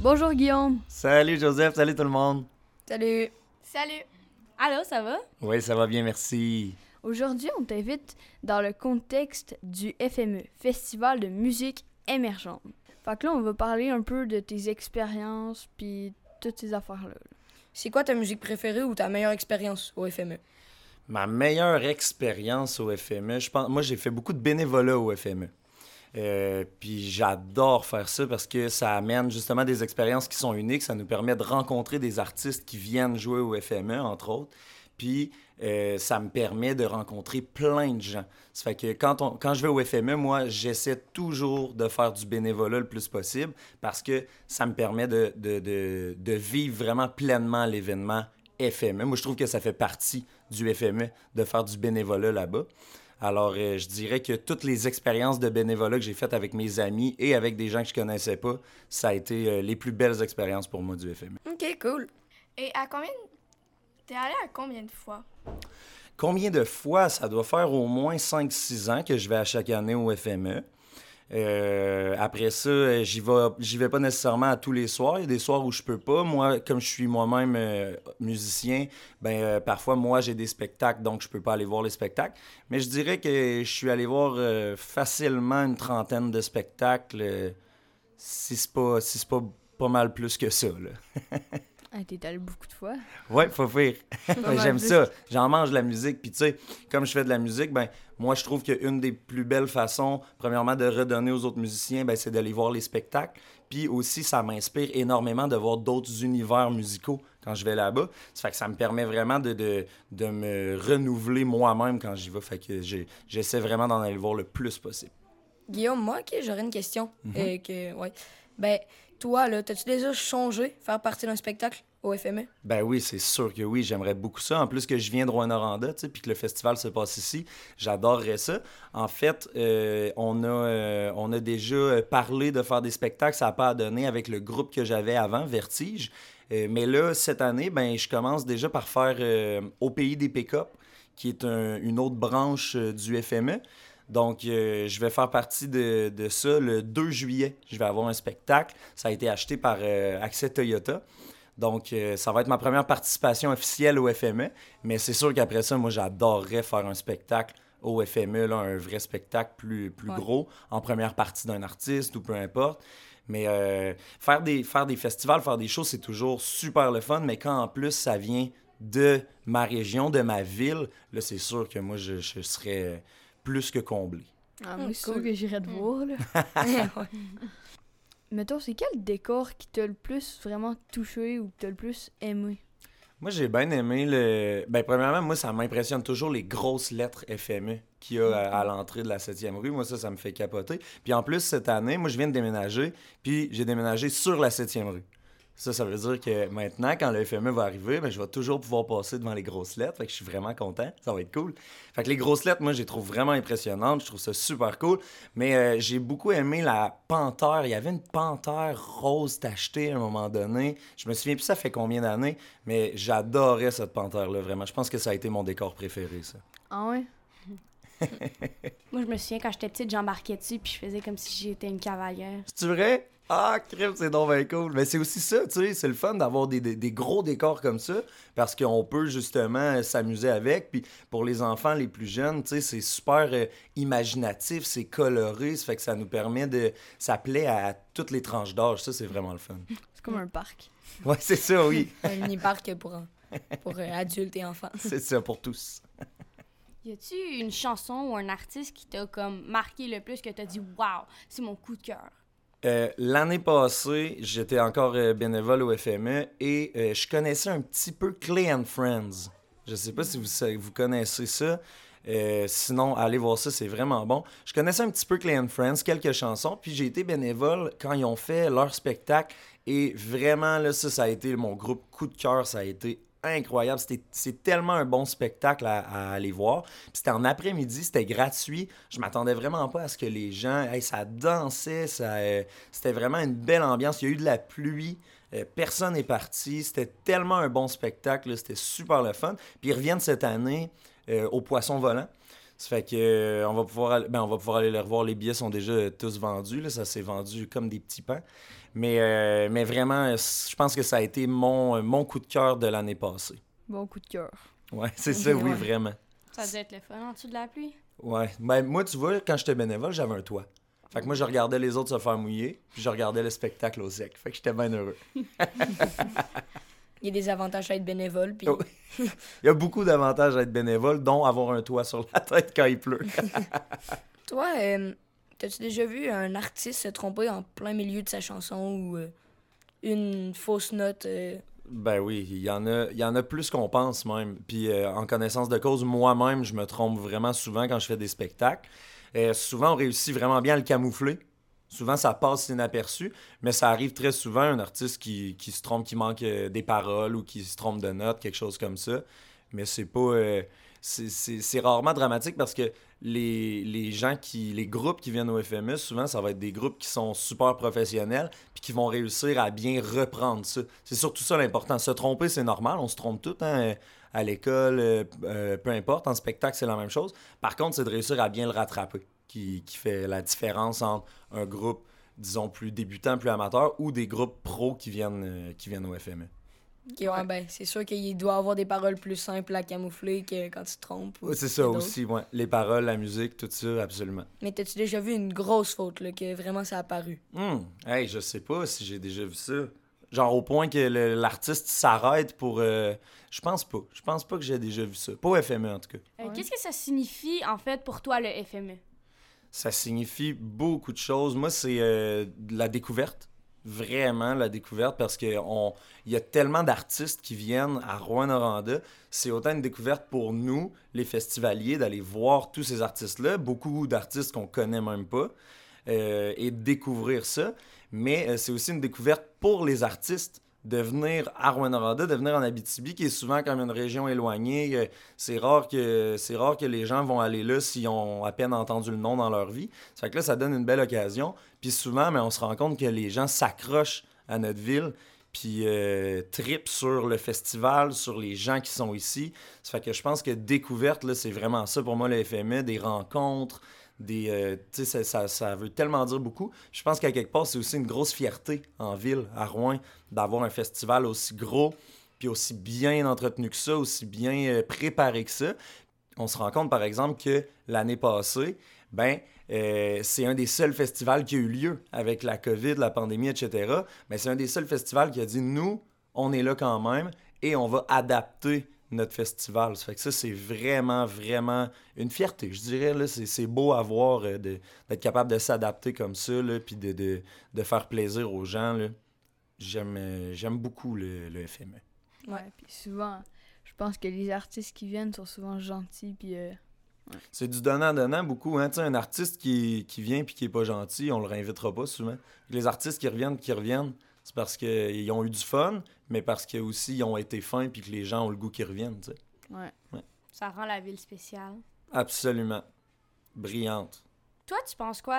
Bonjour Guillaume. Salut Joseph, salut tout le monde. Salut. Salut! Allô, ça va? Oui, ça va bien, merci. Aujourd'hui, on t'invite dans le contexte du FME, Festival de musique émergente. Fait que là, on va parler un peu de tes expériences puis toutes ces affaires-là. C'est quoi ta musique préférée ou ta meilleure expérience au FME? Ma meilleure expérience au FME, je pense, moi j'ai fait beaucoup de bénévolat au FME. Puis j'adore faire ça parce que ça amène justement des expériences qui sont uniques. Ça nous permet de rencontrer des artistes qui viennent jouer au FME, entre autres. Puis ça me permet de rencontrer plein de gens. Ça fait que quand je vais au FME, moi, j'essaie toujours de faire du bénévolat le plus possible parce que ça me permet de vivre vraiment pleinement l'événement FME. Moi, je trouve que ça fait partie du FME de faire du bénévolat là-bas. Alors, je dirais que toutes les expériences de bénévolat que j'ai faites avec mes amis et avec des gens que je connaissais pas, ça a été les plus belles expériences pour moi du FME. Ok, cool. Et t'es allé à combien de fois? Combien de fois? Ça doit faire au moins 5-6 ans que je vais à chaque année au FME. Après ça, j'y vais pas nécessairement à tous les soirs. Il y a des soirs où je peux pas. Moi, comme je suis moi-même musicien, parfois, moi, j'ai des spectacles, donc je peux pas aller voir les spectacles. Mais je dirais que je suis allé voir facilement une trentaine de spectacles, si c'est pas mal plus que ça, là. Ah, t'es allé beaucoup de fois. Ouais, faut faire. mal J'aime plus. ça. J'en mange de la musique. Puis tu sais, comme je fais de la musique, moi, je trouve qu'une des plus belles façons, premièrement, de redonner aux autres musiciens, c'est d'aller voir les spectacles. Puis aussi, ça m'inspire énormément de voir d'autres univers musicaux quand je vais là-bas. Ça fait que ça me permet vraiment de me renouveler moi-même quand j'y vais. Fait que j'essaie vraiment d'en aller voir le plus possible. Guillaume, moi, ok, j'aurais une question. Ouais. Ben, toi, là, t'as-tu déjà changé faire partie d'un spectacle au FME? Ben oui, c'est sûr que oui, j'aimerais beaucoup ça. En plus que je viens de Rouyn-Noranda, tu sais, puis que le festival se passe ici, j'adorerais ça. En fait, on a déjà parlé de faire des spectacles, ça n'a pas donné avec le groupe que j'avais avant, Vertige. Mais là, cette année, je commence déjà par faire Au pays des pick-up, qui est une autre branche du FME. Donc, je vais faire partie de ça le 2 juillet. Je vais avoir un spectacle. Ça a été acheté par Accès Toyota. Donc, ça va être ma première participation officielle au FME. Mais c'est sûr qu'après ça, moi, j'adorerais faire un spectacle au FME, là, un vrai spectacle plus gros, en première partie d'un artiste ou peu importe. Mais faire des festivals, faire des shows, c'est toujours super le fun. Mais quand en plus, ça vient de ma région, de ma ville, là, c'est sûr que moi, je serais plus que comblé. Ah, moi, c'est sûr cool. que j'irais te voir, là. Ouais. Mettons, c'est quel décor qui t'a le plus vraiment touché ou que t'as le plus aimé? Moi, j'ai bien aimé le... premièrement, moi, ça m'impressionne toujours les grosses lettres FME qu'il y a à l'entrée de la 7e rue. Moi, ça me fait capoter. Puis en plus, cette année, moi, je viens de déménager, puis j'ai déménagé sur la 7e rue. Ça veut dire que maintenant, quand le FME va arriver, je vais toujours pouvoir passer devant les grosses lettres. Fait que je suis vraiment content. Ça va être cool. Fait que les grosses lettres, moi, je les trouve vraiment impressionnantes. Je trouve ça super cool. Mais j'ai beaucoup aimé la panthère. Il y avait une panthère rose tachetée à un moment donné. Je me souviens plus ça fait combien d'années, mais j'adorais cette panthère-là, vraiment. Je pense que ça a été mon décor préféré, ça. Ah ouais? Moi, je me souviens, quand j'étais petite, j'embarquais dessus puis je faisais comme si j'étais une cavalière. C'est vrai? Ah, crème, c'est donc bien cool. Mais c'est aussi ça, tu sais, c'est le fun d'avoir des gros décors comme ça parce qu'on peut justement s'amuser avec. Puis pour les enfants les plus jeunes, tu sais, c'est super imaginatif, c'est coloré, ça fait que ça nous permet de... Ça plaît à toutes les tranches d'âge, ça, c'est vraiment le fun. C'est comme un parc. Ouais, c'est ça, oui. Un mini-parc pour adultes et enfants. C'est ça pour tous. Y a-tu une chanson ou un artiste qui t'a comme marqué le plus, que t'as dit « Wow, c'est mon coup de cœur ». L'année passée, j'étais encore bénévole au FME et je connaissais un petit peu Clay and Friends. Je sais pas si vous connaissez ça. Sinon, allez voir ça, c'est vraiment bon. Je connaissais un petit peu Clay and Friends, quelques chansons, puis j'ai été bénévole quand ils ont fait leur spectacle. Et vraiment, là, ça a été mon groupe coup de cœur, ça a été incroyable. C'est tellement un bon spectacle à aller voir. Puis c'était en après-midi, c'était gratuit. Je m'attendais vraiment pas à ce que les gens... ça dansait, c'était vraiment une belle ambiance. Il y a eu de la pluie. Personne n'est parti. C'était tellement un bon spectacle. Là, c'était super le fun. Puis ils reviennent cette année au Poisson Volant. Ça fait que on va pouvoir aller les revoir. Les billets sont déjà tous vendus. Là. Ça s'est vendu comme des petits pains. Mais vraiment, je pense que ça a été mon coup de cœur de l'année passée. Bon coup de cœur. Ouais, c'est ça, oui, Ouais. vraiment. Ça doit être le fun en dessous de la pluie. Ouais. Ben, moi, tu vois, quand j'étais bénévole, j'avais un toit. Fait que moi, je regardais les autres se faire mouiller, puis je regardais le spectacle au sec. Fait que j'étais bien heureux. Il y a des avantages à être bénévole. Puis Oh. Il y a beaucoup d'avantages à être bénévole, dont avoir un toit sur la tête quand il pleut. toi, t'as-tu déjà vu un artiste se tromper en plein milieu de sa chanson ou une fausse note? Ben oui, il y en a plus qu'on pense même. Puis en connaissance de cause, moi-même, je me trompe vraiment souvent quand je fais des spectacles. Souvent, on réussit vraiment bien à le camoufler. Souvent, ça passe inaperçu, mais ça arrive très souvent, un artiste qui se trompe, qui manque des paroles ou qui se trompe de notes, quelque chose comme ça. Mais c'est pas... c'est rarement dramatique parce que les gens les groupes qui viennent au FME, souvent, ça va être des groupes qui sont super professionnels puis qui vont réussir à bien reprendre ça. C'est surtout ça l'important. Se tromper, c'est normal, on se trompe tout, hein, à l'école, peu importe. En spectacle, c'est la même chose. Par contre, c'est de réussir à bien le rattraper qui fait la différence entre un groupe, disons, plus débutant, plus amateur, ou des groupes pros qui viennent au FME. Ok, ouais, ben, c'est sûr qu'il doit avoir des paroles plus simples à camoufler que quand tu te trompes. ou Ouais, c'est ça d'autres. aussi, ouais. Les paroles, la musique, tout ça, absolument. Mais t'as-tu déjà vu une grosse faute, là, que vraiment ça a apparu? Hey, je sais pas si j'ai déjà vu ça. Genre au point que l'artiste s'arrête pour... Je pense pas. Je pense pas que j'ai déjà vu ça. Pas au FME, en tout cas. Ouais. Qu'est-ce que ça signifie, en fait, pour toi, le FME? Ça signifie beaucoup de choses. Moi, c'est de la découverte. Vraiment la découverte parce qu'il y a tellement d'artistes qui viennent à Rouyn-Noranda. C'est autant une découverte pour nous, les festivaliers, d'aller voir tous ces artistes-là. Beaucoup d'artistes qu'on connaît même pas. Et de découvrir ça. Mais c'est aussi une découverte pour les artistes de venir à Rouyn-Noranda, de venir en Abitibi, qui est souvent comme une région éloignée. C'est rare que les gens vont aller là s'ils ont à peine entendu le nom dans leur vie. Ça fait que là, ça donne une belle occasion. Puis souvent, mais on se rend compte que les gens s'accrochent à notre ville, puis tripent sur le festival, sur les gens qui sont ici. Ça fait que je pense que découverte, là, c'est vraiment ça pour moi, le FME, des rencontres, tu sais, ça veut tellement dire beaucoup. Je pense qu'à quelque part, c'est aussi une grosse fierté en ville, à Rouyn, d'avoir un festival aussi gros, puis aussi bien entretenu que ça, aussi bien préparé que ça. On se rend compte, par exemple, que l'année passée, c'est un des seuls festivals qui a eu lieu avec la COVID, la pandémie, etc. Mais c'est un des seuls festivals qui a dit, nous, on est là quand même et on va adapter notre festival. Ça fait que ça, c'est vraiment, vraiment une fierté, je dirais. Là, c'est beau à voir d'être capable de s'adapter comme ça, là, puis de faire plaisir aux gens. Là. J'aime beaucoup le FME. Ouais, puis souvent, je pense que les artistes qui viennent sont souvent gentils, puis... C'est du donnant-donnant beaucoup. Hein? Tu sais, un artiste qui vient puis qui est pas gentil, on le réinvitera pas souvent. Les artistes qui reviennent, c'est parce qu'ils ont eu du fun, mais parce qu'ils aussi ils ont été fins puis que les gens ont le goût qu'ils reviennent. Tu sais. Ouais. Ça rend la ville spéciale. Absolument. Brillante. Toi, tu penses quoi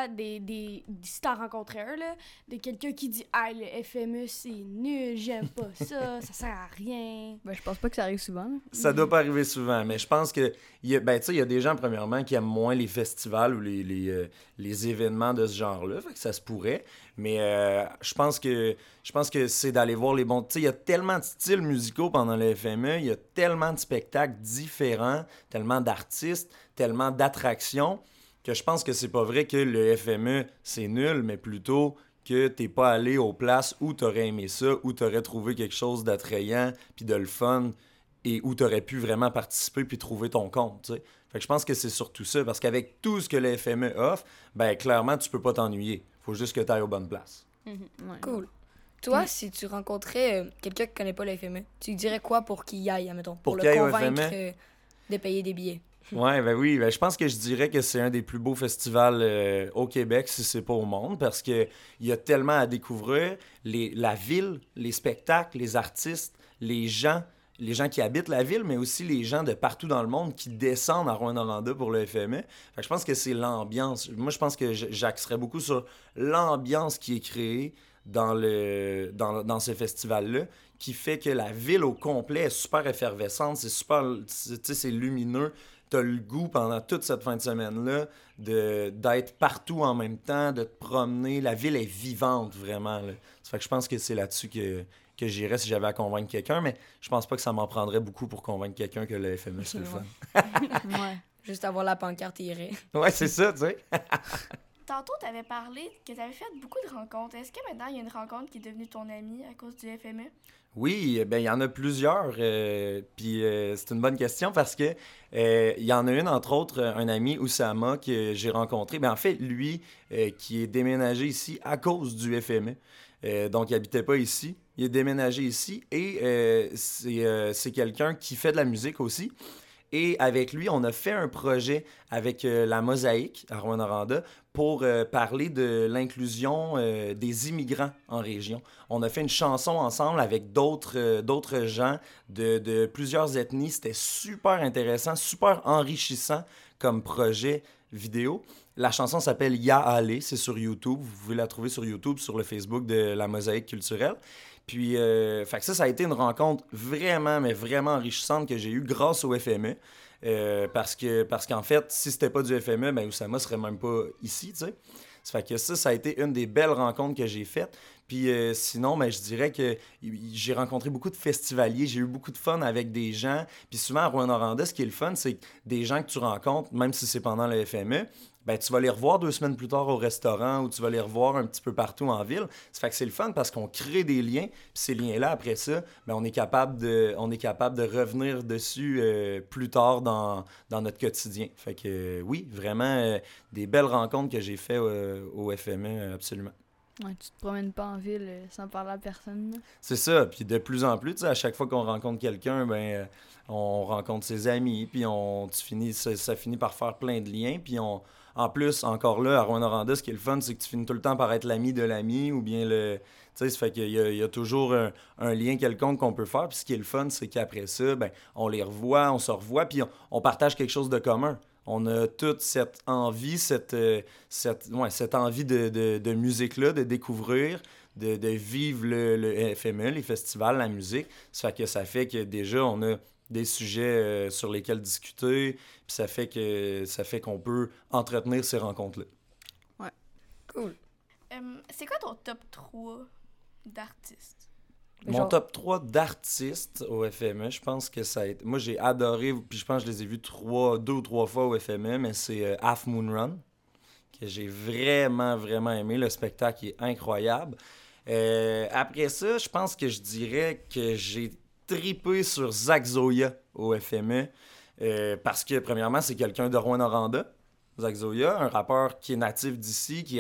si t'en rencontrais un, là, de quelqu'un qui dit « Ah, le FME, c'est nul, j'aime pas ça, ça sert à rien. Ben, je pense pas que ça arrive souvent. Là. Ça doit pas arriver souvent, mais je pense que il y a des gens, premièrement, qui aiment moins les festivals ou les événements de ce genre-là, fait que ça se pourrait, mais je pense que c'est d'aller voir les bons... Tu sais, il y a tellement de styles musicaux pendant le FME, il y a tellement de spectacles différents, tellement d'artistes, tellement d'attractions, que je pense que c'est pas vrai que le FME, c'est nul, mais plutôt que t'es pas allé aux places où t'aurais aimé ça, où t'aurais trouvé quelque chose d'attrayant, puis de le fun, et où t'aurais pu vraiment participer puis trouver ton compte, tu sais. Fait que je pense que c'est surtout ça, parce qu'avec tout ce que le FME offre, ben clairement, tu peux pas t'ennuyer. Faut juste que t'ailles aux bonnes places. Ouais. Cool. Toi, si tu rencontrais quelqu'un qui connaît pas le FME, tu lui dirais quoi pour qu'il y aille, admettons, pour Pour qu'il le aille au convaincre FME? de payer des billets? Ouais, ben oui, ben je pense que je dirais que c'est un des plus beaux festivals au Québec, si c'est pas au monde, parce que il y a tellement à découvrir. La ville, les spectacles, les artistes, les gens qui habitent la ville, mais aussi les gens de partout dans le monde qui descendent à Rouyn-Noranda pour le FME. Fait que je pense que c'est l'ambiance. Moi, je pense que j'axerais beaucoup sur l'ambiance qui est créée dans ce festival-là, qui fait que la ville au complet est super effervescente, c'est super, tu sais, c'est lumineux. t'as le goût pendant toute cette fin de semaine-là d'être partout en même temps, de te promener. La ville est vivante, vraiment. Là. Ça fait que je pense que c'est là-dessus que j'irais si j'avais à convaincre quelqu'un, mais je pense pas que ça m'en prendrait beaucoup pour convaincre quelqu'un que le FME, c'est le fun. Ouais. Juste avoir la pancarte et irait. Ouais, c'est ça, tu sais. Tantôt, tu avais parlé que tu avais fait beaucoup de rencontres. Est-ce que maintenant, il y a une rencontre qui est devenue ton amie à cause du FME? Oui, ben il y en a plusieurs. Puis c'est une bonne question parce que il y en a une, entre autres, un ami, Oussama, que j'ai rencontré. Ben, en fait, lui, qui est déménagé ici à cause du FME. Donc, il habitait pas ici. Il est déménagé ici et c'est quelqu'un qui fait de la musique aussi. Et avec lui, on a fait un projet avec la Mosaïque à Rouyn-Noranda pour parler de l'inclusion des immigrants en région. On a fait une chanson ensemble avec d'autres gens de plusieurs ethnies. C'était super intéressant, super enrichissant comme projet vidéo. La chanson s'appelle Ya Ale, c'est sur YouTube. Vous pouvez la trouver sur YouTube, sur le Facebook de la Mosaïque culturelle. Puis, fait que ça a été une rencontre vraiment, mais vraiment enrichissante que j'ai eue grâce au FME. Parce qu'en fait, si c'était pas du FME, ben Oussama serait même pas ici, tu sais. Ça fait que ça a été une des belles rencontres que j'ai faites. Puis sinon, ben, je dirais que j'ai rencontré beaucoup de festivaliers, j'ai eu beaucoup de fun avec des gens. Puis souvent, à Rouyn-Noranda, ce qui est le fun, c'est que des gens que tu rencontres, même si c'est pendant le FME, ben, tu vas les revoir 2 semaines plus tard au restaurant ou tu vas les revoir un petit peu partout en ville. Ça fait que c'est le fun parce qu'on crée des liens. Puis ces liens-là, après ça, ben, on est capable de revenir dessus plus tard dans notre quotidien. Fait que oui, vraiment des belles rencontres que j'ai faites au FME, absolument. Ouais, tu te promènes pas en ville sans parler à personne. Là. C'est ça. Puis de plus en plus, tu sais, à chaque fois qu'on rencontre quelqu'un, ben, on rencontre ses amis, puis ça finit par faire plein de liens. Puis en plus, encore là, à Rouyn-Noranda, ce qui est le fun, c'est que tu finis tout le temps par être l'ami de l'ami ou bien le... Tu sais, ça fait qu'il y a toujours un lien quelconque qu'on peut faire. Puis ce qui est le fun, c'est qu'après ça, ben, on les revoit, on se revoit, puis on partage quelque chose de commun. On a toute cette envie, cette envie de musique-là, de découvrir, de vivre le FME, les festivals, la musique. Ça fait que déjà, on a des sujets sur lesquels discuter, puis ça fait qu'on peut entretenir ces rencontres-là. Ouais. Cool. C'est quoi ton top 3 d'artistes? Mon top 3 d'artistes au FME, je pense que ça a été... Moi, j'ai adoré, puis je pense que je les ai vus 2 ou 3 fois au FME, mais c'est Half Moon Run, que j'ai vraiment, vraiment aimé. Le spectacle est incroyable. Après ça, je pense que je dirais que j'ai tripé sur Zach Zoya au FME, parce que, premièrement, c'est quelqu'un de Rouyn-Noranda. Zach Zoya, un rappeur qui est natif d'ici, qui est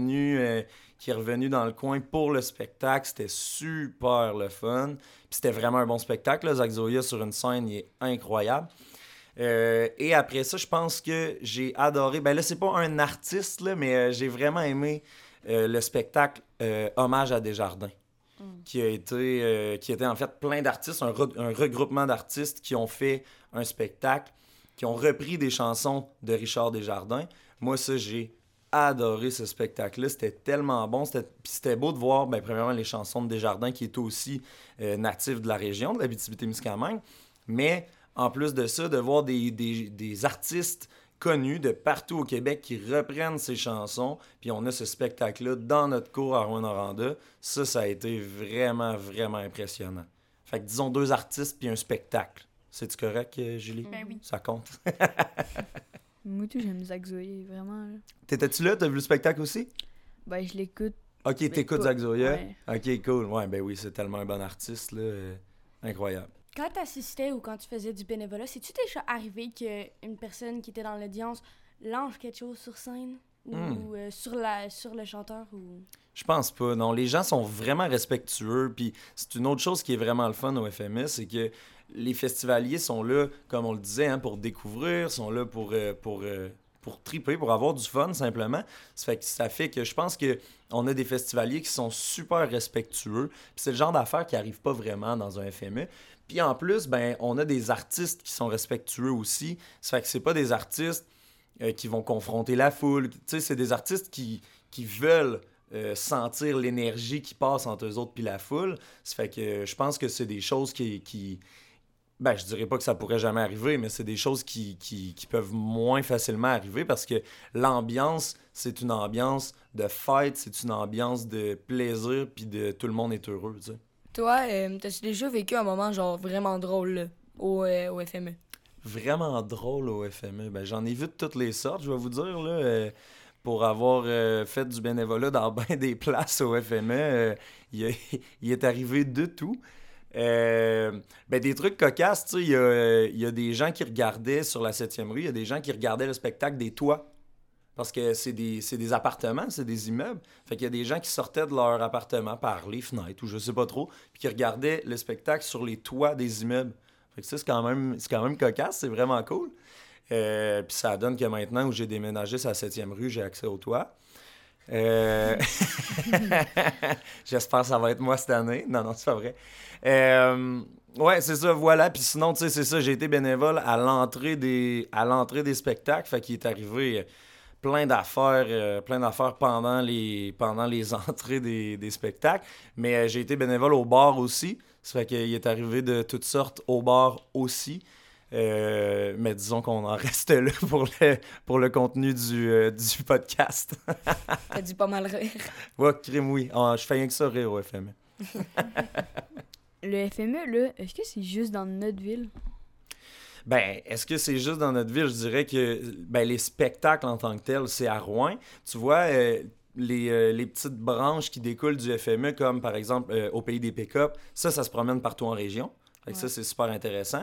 revenu dans le coin pour le spectacle. C'était super le fun. Puis c'était vraiment un bon spectacle. Là. Zach Zoya sur une scène, il est incroyable. Et après ça, je pense que j'ai adoré... Ben là, c'est pas un artiste, là, mais j'ai vraiment aimé le spectacle Hommage à Desjardins. Qui était en fait plein d'artistes, un regroupement d'artistes qui ont fait un spectacle, qui ont repris des chansons de Richard Desjardins. Moi, ça, j'ai adoré ce spectacle-là. C'était tellement bon. Puis c'était beau de voir, ben, premièrement, les chansons de Desjardins, qui est aussi natif de la région, de l'Abitibi-Témiscamingue. Mais en plus de ça, de voir des artistes connus de partout au Québec qui reprennent ces chansons, puis on a ce spectacle-là dans notre cours à Rouyn-Noranda. Ça a été vraiment, vraiment impressionnant. Fait que disons 2 artistes puis un spectacle. C'est-tu correct, Julie? Ben oui. Ça compte. Moi, tout, j'aime Zach Zoya, vraiment. Là. T'étais-tu là? T'as vu le spectacle aussi? Ben, je l'écoute. Ok, t'écoutes pas- Zach Zoya? ouais. Ok, cool. Ouais, ben oui, c'est tellement un bon artiste, là. Incroyable. Quand tu assistais ou quand tu faisais du bénévolat, c'est-tu déjà arrivé qu'une personne qui était dans l'audience lance quelque chose sur scène? Ou sur le chanteur? Ou... Je pense pas, non. Les gens sont vraiment respectueux, puis c'est une autre chose qui est vraiment le fun au FMS, c'est que les festivaliers sont là, comme on le disait, hein, pour découvrir, sont là pour triper, pour avoir du fun, simplement. Ça fait que je pense qu'on a des festivaliers qui sont super respectueux, puis c'est le genre d'affaires qui n'arrive pas vraiment dans un FME. Puis en plus, ben, on a des artistes qui sont respectueux aussi. Ça fait que c'est pas des artistes qui vont confronter la foule. Tu sais, c'est des artistes qui veulent sentir l'énergie qui passe entre eux autres puis la foule. Ça fait que je pense que c'est des choses qui Ben, je dirais pas que ça pourrait jamais arriver, mais c'est des choses qui peuvent moins facilement arriver parce que l'ambiance, c'est une ambiance de fête, c'est une ambiance de plaisir, puis de tout le monde est heureux, tu sais. Toi, t'as-tu déjà vécu un moment genre vraiment drôle là, au FME? Vraiment drôle au FME. Ben, j'en ai vu de toutes les sortes, je vais vous dire, là. Pour avoir fait du bénévolat dans bien des places au FME, il est arrivé de tout. Ben, des trucs cocasses, tu sais, il y a des gens qui regardaient sur la 7e rue, il y a des gens qui regardaient le spectacle des toits. Parce que c'est des appartements, c'est des immeubles. Fait qu'il y a des gens qui sortaient de leur appartement par les fenêtres ou je sais pas trop, puis qui regardaient le spectacle sur les toits des immeubles. Fait que ça, c'est quand même cocasse, c'est vraiment cool. Puis ça donne que maintenant, où j'ai déménagé sur la 7e rue, j'ai accès au toit. J'espère que ça va être moi cette année. Non, c'est pas vrai. Ouais, c'est ça, voilà. Puis sinon, tu sais, c'est ça, j'ai été bénévole à l'entrée des spectacles. Fait qu'il est arrivé plein d'affaires pendant les entrées des spectacles. Mais j'ai été bénévole au bar aussi. Ça fait qu'il est arrivé de toutes sortes au bar aussi. Mais disons qu'on en reste là pour le contenu du podcast. T'as dû pas mal rire. Ouais, crime, oui. Ah, je fais rien que ça rire au FME. Le FME, là, est-ce que c'est juste dans notre ville? Ben, est-ce que c'est juste dans notre ville? Je dirais que ben, les spectacles en tant que tels, c'est à Rouen. Tu vois, les petites branches qui découlent du FME, comme par exemple au Pays des Pick-up, ça se promène partout en région. Fait que ça, c'est super intéressant.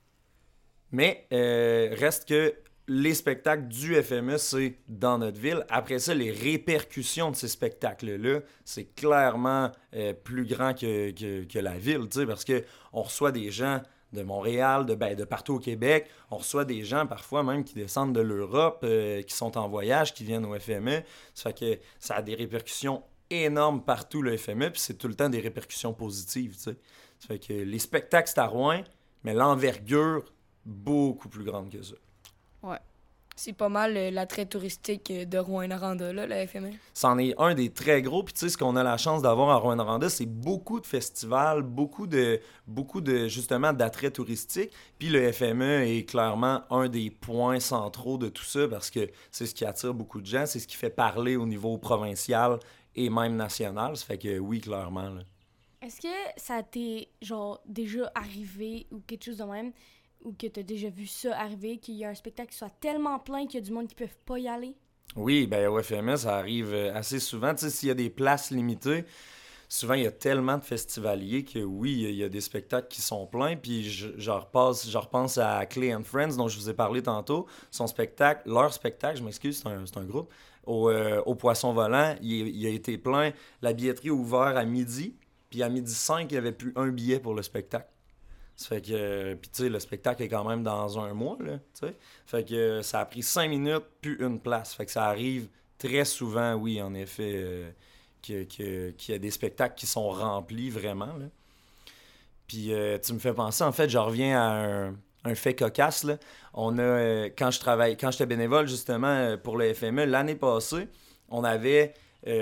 Mais reste que les spectacles du FME, c'est dans notre ville. Après ça, les répercussions de ces spectacles-là, c'est clairement plus grand que la ville, tu sais, parce qu'on reçoit des gens de Montréal, de partout au Québec. On reçoit des gens parfois même qui descendent de l'Europe, qui sont en voyage, qui viennent au FME. Ça fait que ça a des répercussions énormes partout, le FME, puis c'est tout le temps des répercussions positives, tu sais. Ça fait que les spectacles, c'est à Rouen, mais l'envergure, beaucoup plus grande que ça. Ouais. C'est pas mal l'attrait touristique de Rouyn-Noranda, là, la FME. C'en est un des très gros. Puis tu sais, ce qu'on a la chance d'avoir à Rouyn-Noranda, c'est beaucoup de festivals, beaucoup de justement, d'attraits touristiques. Puis le FME est clairement un des points centraux de tout ça parce que c'est ce qui attire beaucoup de gens, c'est ce qui fait parler au niveau provincial et même national. Ça fait que oui, clairement. Là. Est-ce que ça t'est, genre, déjà arrivé ou quelque chose de même, ou que t'as déjà vu ça arriver, qu'il y a un spectacle qui soit tellement plein qu'il y a du monde qui ne peuvent pas y aller? Oui, ben au FME, ça arrive assez souvent. Tu sais, s'il y a des places limitées, souvent, il y a tellement de festivaliers que oui, il y a des spectacles qui sont pleins. Puis je repense à Clay and Friends, dont je vous ai parlé tantôt. Leur spectacle, je m'excuse, c'est un groupe, au Poisson Volant, il a été plein. La billetterie a ouvert à midi. Puis à 12h05, il n'y avait plus un billet pour le spectacle. Ça fait que, puis tu sais, le spectacle est quand même dans un mois, là, tu sais. Fait que ça a pris 5 minutes, plus une place. Fait que ça arrive très souvent, oui, en effet, qu'il y a des spectacles qui sont remplis vraiment, là. Puis tu me fais penser, en fait, je reviens à un fait cocasse, là. On a, quand j'étais bénévole, justement, pour le FME, l'année passée, on avait,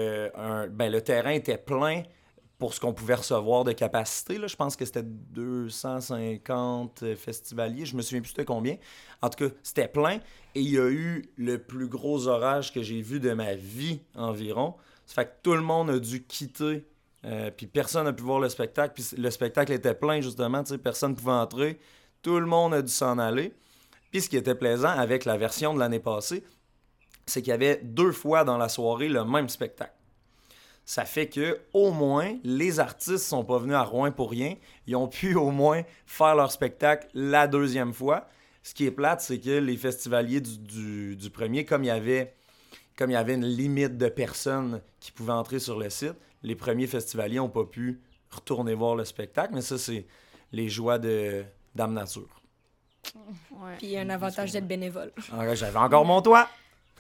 le terrain était plein pour ce qu'on pouvait recevoir de capacité. Là. Je pense que c'était 250 festivaliers. Je me souviens plus c'était combien. En tout cas, c'était plein. Et il y a eu le plus gros orage que j'ai vu de ma vie environ. Ça fait que tout le monde a dû quitter. Puis personne n'a pu voir le spectacle. Puis le spectacle était plein, justement. Personne ne pouvait entrer. Tout le monde a dû s'en aller. Puis ce qui était plaisant avec la version de l'année passée, c'est qu'il y avait 2 fois dans la soirée le même spectacle. Ça fait que au moins, les artistes sont pas venus à Rouen pour rien. Ils ont pu au moins faire leur spectacle la 2e fois. Ce qui est plate, c'est que les festivaliers du premier, comme il y avait une limite de personnes qui pouvaient entrer sur le site, les premiers festivaliers n'ont pas pu retourner voir le spectacle. Mais ça, c'est les joies de Dame Nature. Ouais. Puis il y a un avantage d'être bénévole. Alors, j'avais encore mon toit!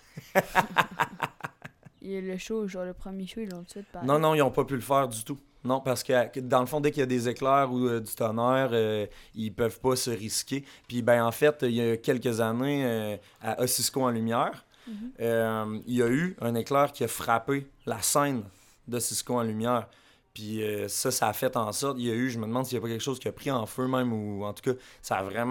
Il y a le show, genre le premier show, ils l'ont tout de suite parlé. Non, ils n'ont pas pu le faire du tout. Non, parce que dans le fond, dès qu'il y a des éclairs ou du tonnerre, ils peuvent pas se risquer. Puis, ben en fait, il y a quelques années, à Ossisco en Lumière, il y a eu un éclair qui a frappé la scène d'Ossisco en Lumière. Puis ça a fait en sorte, il y a eu, je me demande s'il n'y a pas quelque chose qui a pris en feu même, ou en tout cas, ça a vraiment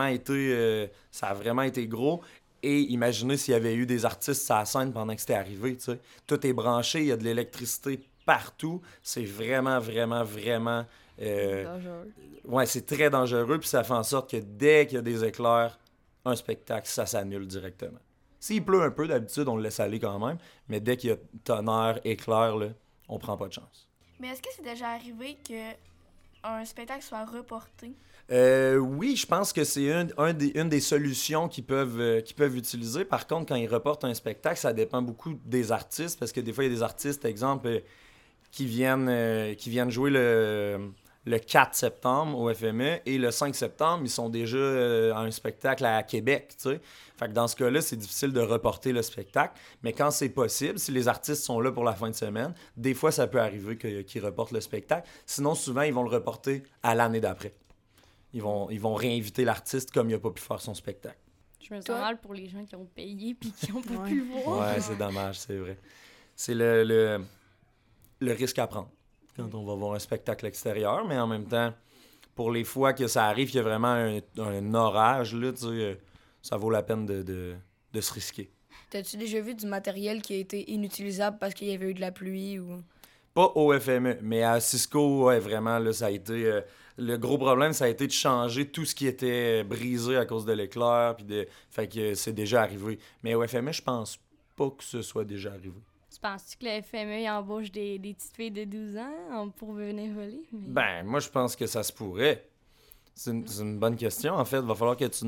été gros. Et imaginez s'il y avait eu des artistes sur la scène pendant que c'était arrivé, tu sais. Tout est branché, il y a de l'électricité partout. C'est vraiment, vraiment, vraiment... Dangereux. ouais, c'est très dangereux, puis ça fait en sorte que dès qu'il y a des éclairs, un spectacle, ça s'annule directement. S'il pleut un peu, d'habitude, on le laisse aller quand même, mais dès qu'il y a tonnerre, éclair, là, on prend pas de chance. Mais est-ce que c'est déjà arrivé qu'un spectacle soit reporté? Oui, je pense que c'est une des solutions qu'ils peuvent utiliser. Par contre, quand ils reportent un spectacle, ça dépend beaucoup des artistes, parce que des fois, il y a des artistes, exemple, qui viennent jouer le 4 septembre au FME, et le 5 septembre, ils sont déjà à un spectacle à Québec, tu sais. Fait que dans ce cas-là, c'est difficile de reporter le spectacle, mais quand c'est possible, si les artistes sont là pour la fin de semaine, des fois, ça peut arriver qu'ils reportent le spectacle. Sinon, souvent, ils vont le reporter à l'année d'après. Ils vont réinviter l'artiste comme il n'a pas pu faire son spectacle. Je me sens Toi? mal pour les gens qui ont payé puis qui ont pas Ouais. pu le voir. Ouais, c'est dommage, c'est vrai. C'est le risque à prendre quand on va voir un spectacle extérieur, mais en même temps, pour les fois que ça arrive, qu'il y a vraiment un orage, là, tu sais, ça vaut la peine de se risquer. T'as-tu déjà vu du matériel qui a été inutilisable parce qu'il y avait eu de la pluie ou... Pas au FME, mais à Cisco, ouais, vraiment, là, ça a été... le gros problème, ça a été de changer tout ce qui était brisé à cause de l'éclair, fait que c'est déjà arrivé. Mais au FME, je pense pas que ce soit déjà arrivé. Tu penses-tu que le FME il embauche des petites filles de 12 ans pour venir voler? Ben, moi, je pense que ça se pourrait. C'est une bonne question. En fait, il va falloir que tu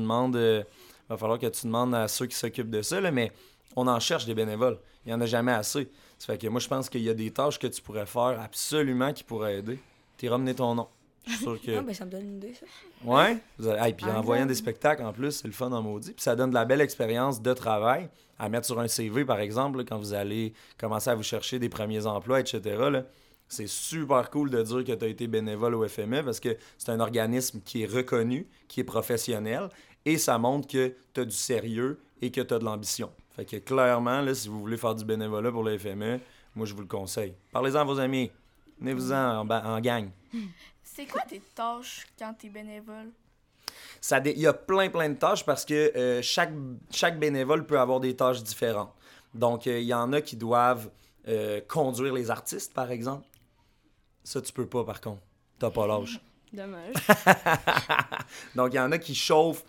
demandes à ceux qui s'occupent de ça, là, mais on en cherche des bénévoles. Il n'y en a jamais assez. Ça fait que moi, je pense qu'il y a des tâches que tu pourrais faire absolument qui pourraient aider. T'es ramené ton nom. Je suis sûr que... Ah, ben ça me donne une idée, ça. Ouais. Puis en Ah, voyant non. des spectacles, en plus, c'est le fun en maudit. Puis ça donne de la belle expérience de travail à mettre sur un CV, par exemple, là, quand vous allez commencer à vous chercher des premiers emplois, etc. Là. C'est super cool de dire que tu as été bénévole au FME parce que c'est un organisme qui est reconnu, qui est professionnel, et ça montre que tu as du sérieux et que tu as de l'ambition. Fait que clairement, là, si vous voulez faire du bénévolat pour le FME, moi, je vous le conseille. Parlez-en à vos amis. Venez-vous-en en gang. C'est quoi tes tâches quand t'es bénévole? Il y a plein de tâches parce que chaque bénévole peut avoir des tâches différentes. Donc, il y en a qui doivent conduire les artistes, par exemple. Ça, tu peux pas, par contre. T'as pas l'âge. Dommage. Donc, il y en a qui chauffent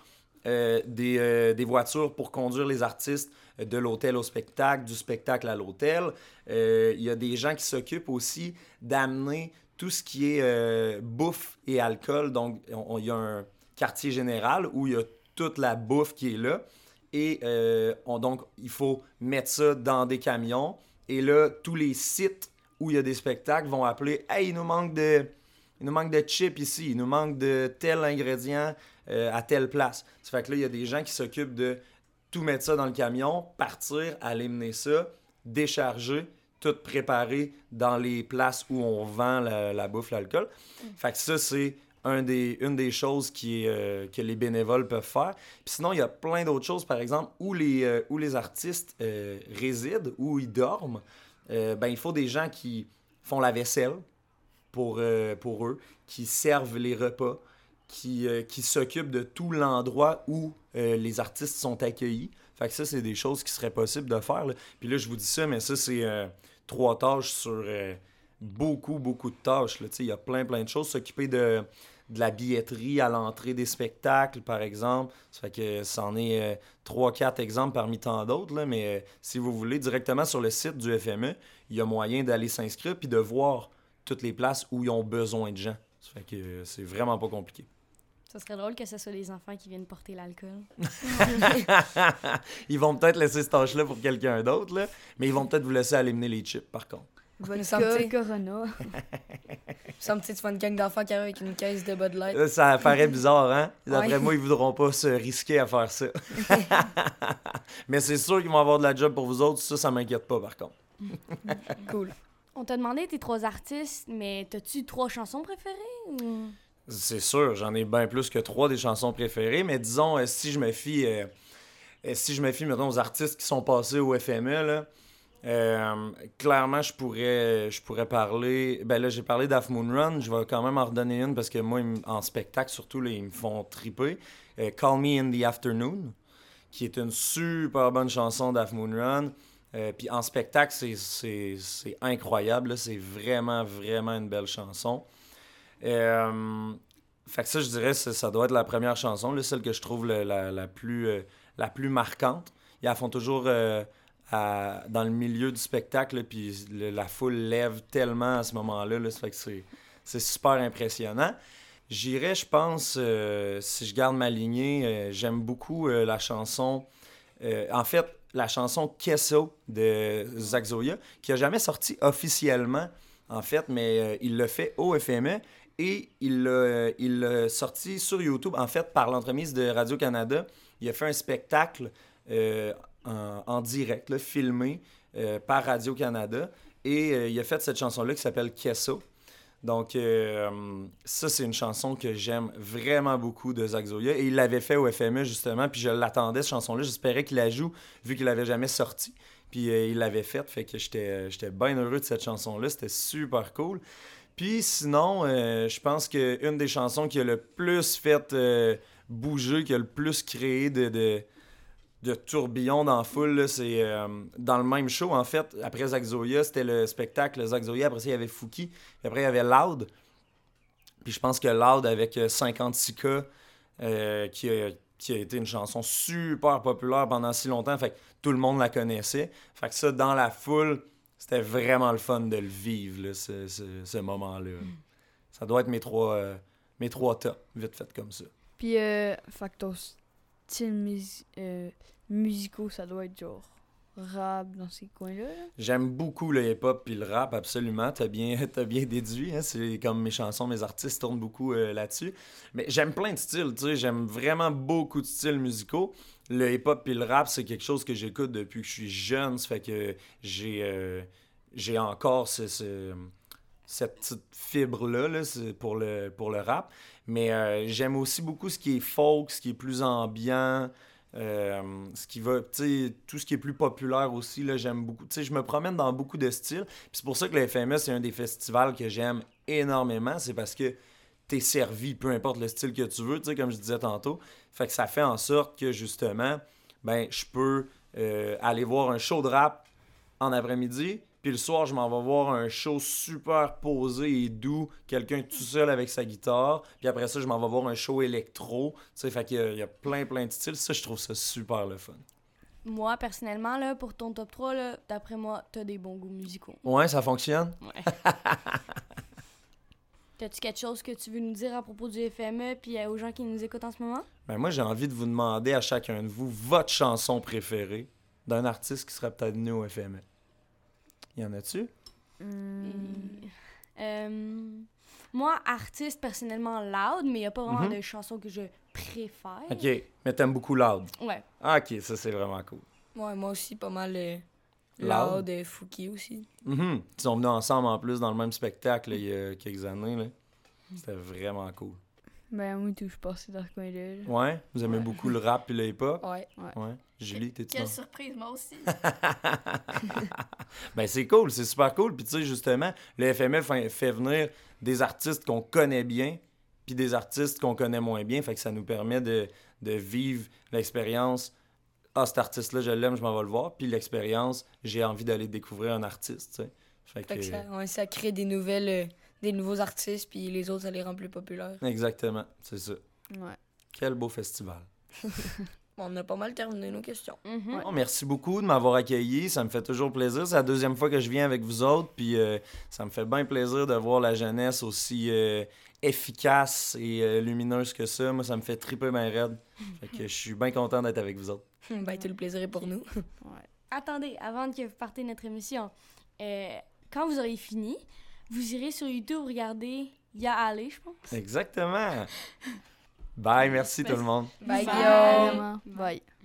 des voitures pour conduire les artistes de l'hôtel au spectacle, du spectacle à l'hôtel. Il y a des gens qui s'occupent aussi d'amener tout ce qui est bouffe et alcool. Donc, il y a un quartier général où il y a toute la bouffe qui est là. Et donc, il faut mettre ça dans des camions. Et là, tous les sites où il y a des spectacles vont appeler « Hey, il nous manque de chips ici, il nous manque de tel ingrédient à telle place. » Ça fait que là, il y a des gens qui s'occupent de tout mettre ça dans le camion, partir, aller mener ça, décharger, tout préparer dans les places où on vend la bouffe, l'alcool. Fait que ça, c'est une des choses que les bénévoles peuvent faire. Puis sinon, il y a plein d'autres choses, par exemple, où les artistes résident, où ils dorment. Il faut des gens qui font la vaisselle pour eux, qui servent les repas, qui s'occupent de tout l'endroit où les artistes sont accueillis. Fait que ça, c'est des choses qui seraient possibles de faire, là. Puis là, je vous dis ça, mais ça, c'est 3 tâches sur beaucoup de tâches, là. Il y a plein de choses. S'occuper de la billetterie à l'entrée des spectacles, par exemple. Ça fait que c'en est 3-4 exemples parmi tant d'autres, là. Mais si vous voulez, directement sur le site du FME, il y a moyen d'aller s'inscrire puis de voir toutes les places où ils ont besoin de gens. Ça fait que c'est vraiment pas compliqué. Ça serait drôle que ce soit des enfants qui viennent porter l'alcool. Ils vont peut-être laisser cette tâche-là pour quelqu'un d'autre, là, mais ils vont peut-être vous laisser aller mener les chips, par contre. Vodka, Corona. Ça me dit, tu vois une gang d'enfants qui arrivent avec une caisse de Bud Light. Ça paraît bizarre, hein? D'après Ouais. moi, ils voudront pas se risquer à faire ça. Mais c'est sûr qu'ils vont avoir de la job pour vous autres. Ça m'inquiète pas, par contre. Cool. On t'a demandé tes 3 artistes, mais t'as-tu 3 chansons préférées? Ou... C'est sûr, j'en ai bien plus que 3 des chansons préférées, mais disons, si je me fie, mettons, aux artistes qui sont passés au FME, là, Clairement, je pourrais parler... Ben là, j'ai parlé d'Half Moon Run. Je vais quand même en redonner une parce que moi, en spectacle, surtout, là, ils me font triper. Call Me in the Afternoon, qui est une super bonne chanson d'Half Moon Run. Puis en spectacle, c'est incroyable. Là. C'est vraiment, vraiment une belle chanson. Fait que ça, je dirais, ça doit être la première chanson, là, celle que je trouve la plus marquante. Ils la font toujours dans le milieu du spectacle, là, puis la foule lève tellement à ce moment-là. Là, ça fait que c'est super impressionnant. J'irais, je pense, si je garde ma lignée, j'aime beaucoup la chanson... en fait, la chanson Queso de Zach Zoya, qui a jamais sorti officiellement, en fait, mais il l'a fait au FME et il l'a sorti sur YouTube, en fait, par l'entremise de Radio-Canada. Il a fait un spectacle en direct, là, filmé par Radio-Canada et il a fait cette chanson-là qui s'appelle Queso. Donc, ça, c'est une chanson que j'aime vraiment beaucoup de Zach Zoya. Et il l'avait fait au FME, justement, puis je l'attendais, cette chanson-là. J'espérais qu'il la joue, vu qu'il l'avait jamais sortie. Puis il l'avait faite, fait que j'étais bien heureux de cette chanson-là. C'était super cool. Puis sinon, je pense qu'une des chansons qui a le plus fait bouger, qui a le plus créé de tourbillons dans la foule, là, c'est dans le même show, en fait. Après Zach Zoya, c'était le spectacle Zach Zoya. Après ça, il y avait Fouki. Puis après, il y avait Loud. Puis je pense que Loud, avec 56K, qui a été une chanson super populaire pendant si longtemps. Fait que tout le monde la connaissait. Fait que ça, dans la foule, c'était vraiment le fun de le vivre, là, ce moment-là. Ça doit être mes trois tops, vite fait comme ça. Puis, fait que ton style musicaux, ça doit être genre rap dans ces coins-là. Là. J'aime beaucoup le hip-hop puis le rap, absolument. T'as bien déduit. Hein? C'est comme mes chansons, mes artistes tournent beaucoup là-dessus. Mais j'aime plein de styles, tu sais. J'aime vraiment beaucoup de styles musicaux. Le hip-hop puis le rap, c'est quelque chose que j'écoute depuis que je suis jeune. Ça fait que j'ai encore cette petite fibre-là là, pour le rap. Mais j'aime aussi beaucoup ce qui est folk, ce qui est plus ambiant. Ce qui va, tu sais, tout ce qui est plus populaire aussi, là, j'aime beaucoup. Tu sais, je me promène dans beaucoup de styles. Puis c'est pour ça que le FME, c'est un des festivals que j'aime énormément. C'est parce que t'es servi, peu importe le style que tu veux, tu sais, comme je disais tantôt. Fait que ça fait en sorte que, justement, ben, je peux aller voir un show de rap en après-midi. Puis le soir, je m'en vais voir un show super posé et doux, quelqu'un tout seul avec sa guitare. Puis après ça, je m'en vais voir un show électro. Tu sais, fait qu'il y a plein de styles. Ça, je trouve ça super le fun. Moi, personnellement, là, pour ton top 3, là, d'après moi, t'as des bons goûts musicaux. Ouais, ça fonctionne? Ouais. T'as-tu quelque chose que tu veux nous dire à propos du FME puis aux gens qui nous écoutent en ce moment? Ben moi, j'ai envie de vous demander à chacun de vous votre chanson préférée d'un artiste qui serait peut-être venu au FME. Y en a-tu? Moi, artiste, personnellement, Loud, mais il n'y a pas vraiment de chansons que je préfère. OK, mais t'aimes beaucoup Loud. Ouais. Ah, OK, ça, c'est vraiment cool. Ouais, moi aussi, pas mal Loud. Loud et Fouki aussi. Ils sont venus ensemble, en plus, dans le même spectacle, là, il y a quelques années. Là. C'était vraiment cool. Ben, moi, tout, je suis passé dans ce coin-là. Là. Ouais? Vous aimez beaucoup le rap et le hip-hop? Ouais. Ouais. Julie, t'es-tu Quelle dans? surprise, moi aussi. Ben, c'est cool, c'est super cool. Puis, tu sais, justement, le FME fait venir des artistes qu'on connaît bien, puis des artistes qu'on connaît moins bien. Fait que ça nous permet de vivre l'expérience. Ah, cet artiste-là, je l'aime, je m'en vais le voir. Puis l'expérience, j'ai envie d'aller découvrir un artiste, tu sais. Fait que ça crée des nouveaux artistes, puis les autres, ça les rend plus populaires. Exactement, c'est ça. Ouais. Quel beau festival. On a pas mal terminé nos questions. Mm-hmm. Bon, merci beaucoup de m'avoir accueilli. Ça me fait toujours plaisir. C'est la deuxième fois que je viens avec vous autres. Puis ça me fait bien plaisir de voir la jeunesse aussi efficace et lumineuse que ça. Moi, ça me fait triper bien raide. Fait que je suis bien content d'être avec vous autres. Ben, tout le plaisir est pour nous. Ouais. Attendez, avant que vous partez notre émission, quand vous aurez fini, vous irez sur YouTube regarder Ya Ali, je pense. Exactement. Bye, merci tout le monde. Bye, Bye. Guillaume. Vraiment. Bye.